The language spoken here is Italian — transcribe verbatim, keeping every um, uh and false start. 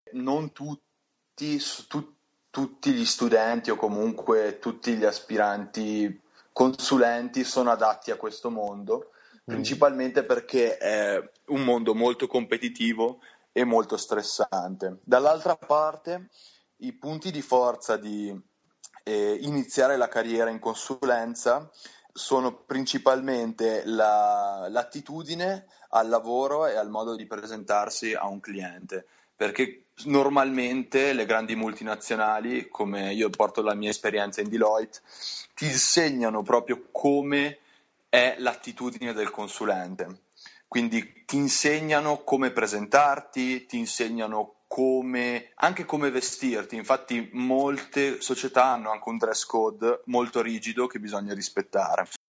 non tutti, su- tu- tutti gli studenti o comunque tutti gli aspiranti consulenti sono adatti a questo mondo, Mm. principalmente perché è un mondo molto competitivo e molto stressante. Dall'altra parte, i punti di forza di eh, iniziare la carriera in consulenza sono principalmente la- l'attitudine al lavoro e al modo di presentarsi a un cliente, perché normalmente le grandi multinazionali, come io porto la mia esperienza in Deloitte, ti insegnano proprio come è l'attitudine del consulente. Quindi ti insegnano come presentarti, ti insegnano come, anche come vestirti. Infatti molte società hanno anche un dress code molto rigido che bisogna rispettare.